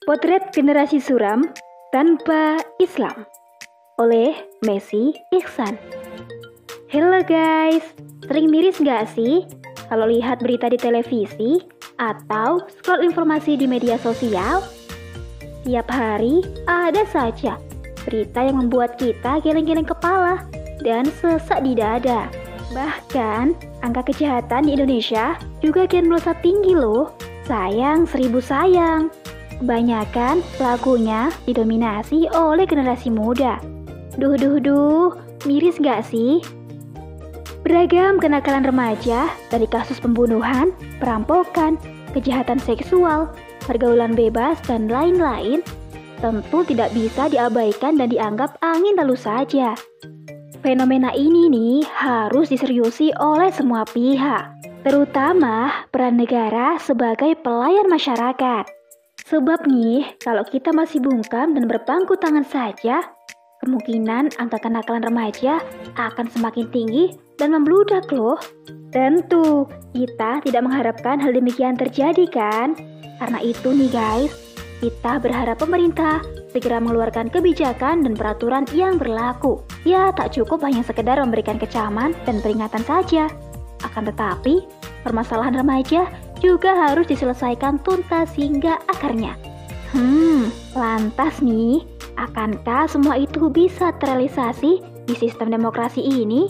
Potret Generasi Suram Tanpa Islam oleh Messi Ihsan. Halo guys, sering miris gak sih kalau lihat berita di televisi atau scroll informasi di media sosial? Tiap hari ada saja berita yang membuat kita geleng-geleng kepala dan sesak di dada. Bahkan angka kejahatan di Indonesia juga kian melesat tinggi loh. Sayang seribu sayang. Kebanyakan pelakunya didominasi oleh generasi muda. Duh, miris gak sih? Beragam kenakalan remaja dari kasus pembunuhan, perampokan, kejahatan seksual, pergaulan bebas, dan lain-lain tentu tidak bisa diabaikan dan dianggap angin lalu saja. Fenomena ini nih harus diseriusi oleh semua pihak, terutama peran negara sebagai pelayan masyarakat. Sebab nih, kalau kita masih bungkam dan berpangku tangan saja, kemungkinan angka kenakalan remaja akan semakin tinggi dan membludak loh. Tentu, kita tidak mengharapkan hal demikian terjadi kan? Karena itu nih guys, kita berharap pemerintah segera mengeluarkan kebijakan dan peraturan yang berlaku. Ya, tak cukup hanya sekedar memberikan kecaman dan peringatan saja. Akan tetapi, permasalahan remaja juga harus diselesaikan tuntas hingga akarnya. Lantas nih, akankah semua itu bisa terrealisasi di sistem demokrasi ini?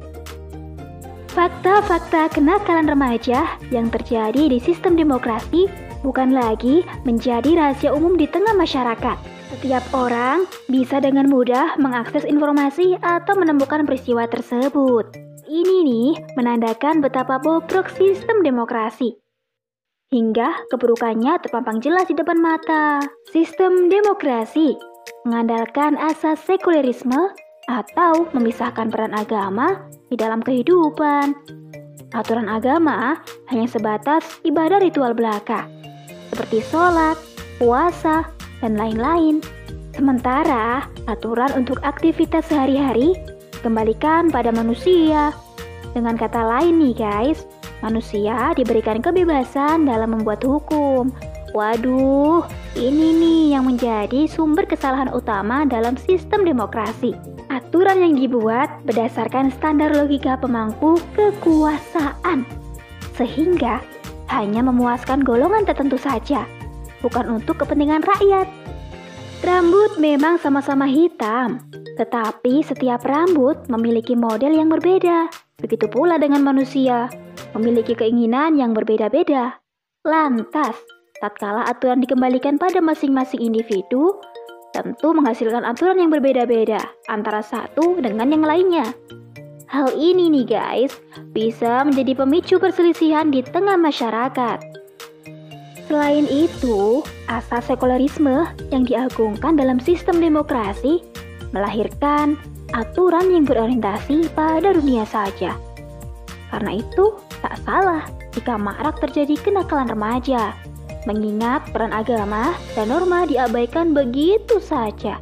Fakta-fakta kenakalan remaja yang terjadi di sistem demokrasi bukan lagi menjadi rahasia umum di tengah masyarakat. Setiap orang bisa dengan mudah mengakses informasi atau menemukan peristiwa tersebut. Ini nih menandakan betapa bobrok sistem demokrasi. Hingga keburukannya terpampang jelas di depan mata. Sistem demokrasi mengandalkan asas sekulerisme atau memisahkan peran agama di dalam kehidupan. Aturan agama hanya sebatas ibadah ritual belaka, seperti sholat, puasa, dan lain-lain. Sementara aturan untuk aktivitas sehari-hari dikembalikan pada manusia. Dengan kata lain nih guys, manusia diberikan kebebasan dalam membuat hukum. Waduh, ini nih yang menjadi sumber kesalahan utama dalam sistem demokrasi. Aturan yang dibuat berdasarkan standar logika pemangku kekuasaan, sehingga hanya memuaskan golongan tertentu saja, bukan untuk kepentingan rakyat. Rambut memang sama-sama hitam, tetapi setiap rambut memiliki model yang berbeda. Begitu pula dengan manusia, memiliki keinginan yang berbeda-beda. Lantas, tatkala aturan dikembalikan pada masing-masing individu, tentu menghasilkan aturan yang berbeda-beda antara satu dengan yang lainnya. Hal ini nih guys, bisa menjadi pemicu perselisihan di tengah masyarakat. Selain itu, asas sekulerisme yang diagungkan dalam sistem demokrasi melahirkan aturan yang berorientasi pada dunia saja. Karena itu, tak salah jika marak terjadi kenakalan remaja, mengingat peran agama dan norma diabaikan begitu saja.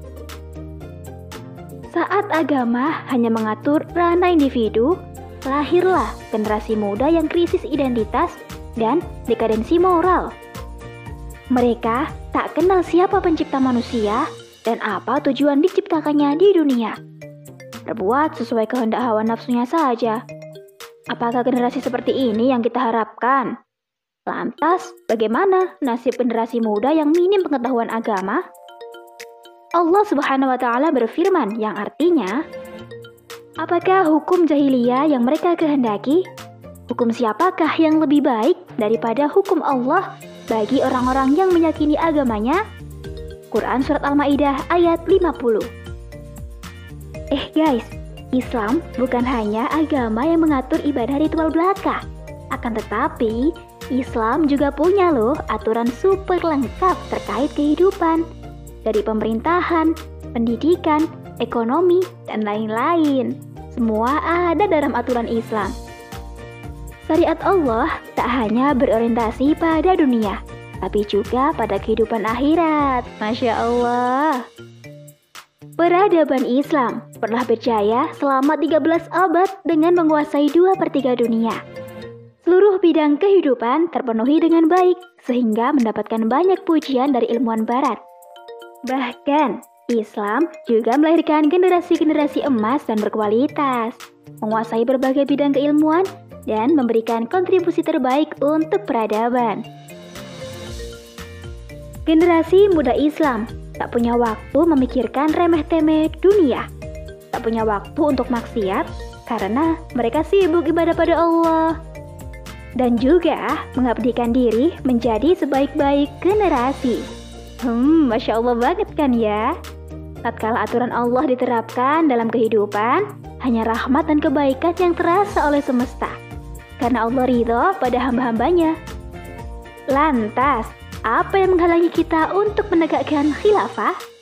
Saat agama hanya mengatur ranah individu, lahirlah generasi muda yang krisis identitas dan dekadensi moral. Mereka tak kenal siapa pencipta manusia dan apa tujuan diciptakannya di dunia. Berbuat sesuai kehendak hawa nafsunya saja. Apakah generasi seperti ini yang kita harapkan? Lantas, bagaimana nasib generasi muda yang minim pengetahuan agama? Allah Subhanahu wa Ta'ala berfirman yang artinya, apakah hukum jahiliyah yang mereka kehendaki? Hukum siapakah yang lebih baik daripada hukum Allah bagi orang-orang yang meyakini agamanya? Quran Surat Al-Ma'idah ayat 50. Guys, Islam bukan hanya agama yang mengatur ibadah ritual belaka. Akan tetapi, Islam juga punya loh aturan super lengkap terkait kehidupan. Dari pemerintahan, pendidikan, ekonomi, dan lain-lain. Semua ada dalam aturan Islam. Syariat Allah tak hanya berorientasi pada dunia, tapi juga pada kehidupan akhirat. Masya Allah. Peradaban Islam pernah berjaya selama 13 abad dengan menguasai 2/3 dunia. Seluruh bidang kehidupan terpenuhi dengan baik, sehingga mendapatkan banyak pujian dari ilmuwan barat. Bahkan, Islam juga melahirkan generasi-generasi emas dan berkualitas, menguasai berbagai bidang keilmuan, dan memberikan kontribusi terbaik untuk peradaban. Generasi muda Islam tak punya waktu memikirkan remeh-temeh dunia, tak punya waktu untuk maksiat karena mereka sibuk ibadah pada Allah, dan juga mengabdikan diri menjadi sebaik-baik generasi. Masya Allah banget kan ya? Tatkala aturan Allah diterapkan dalam kehidupan, hanya rahmat dan kebaikan yang terasa oleh semesta, karena Allah ridho pada hamba-hambanya. Lantas, apa yang menghalangi kita untuk menegakkan khilafah?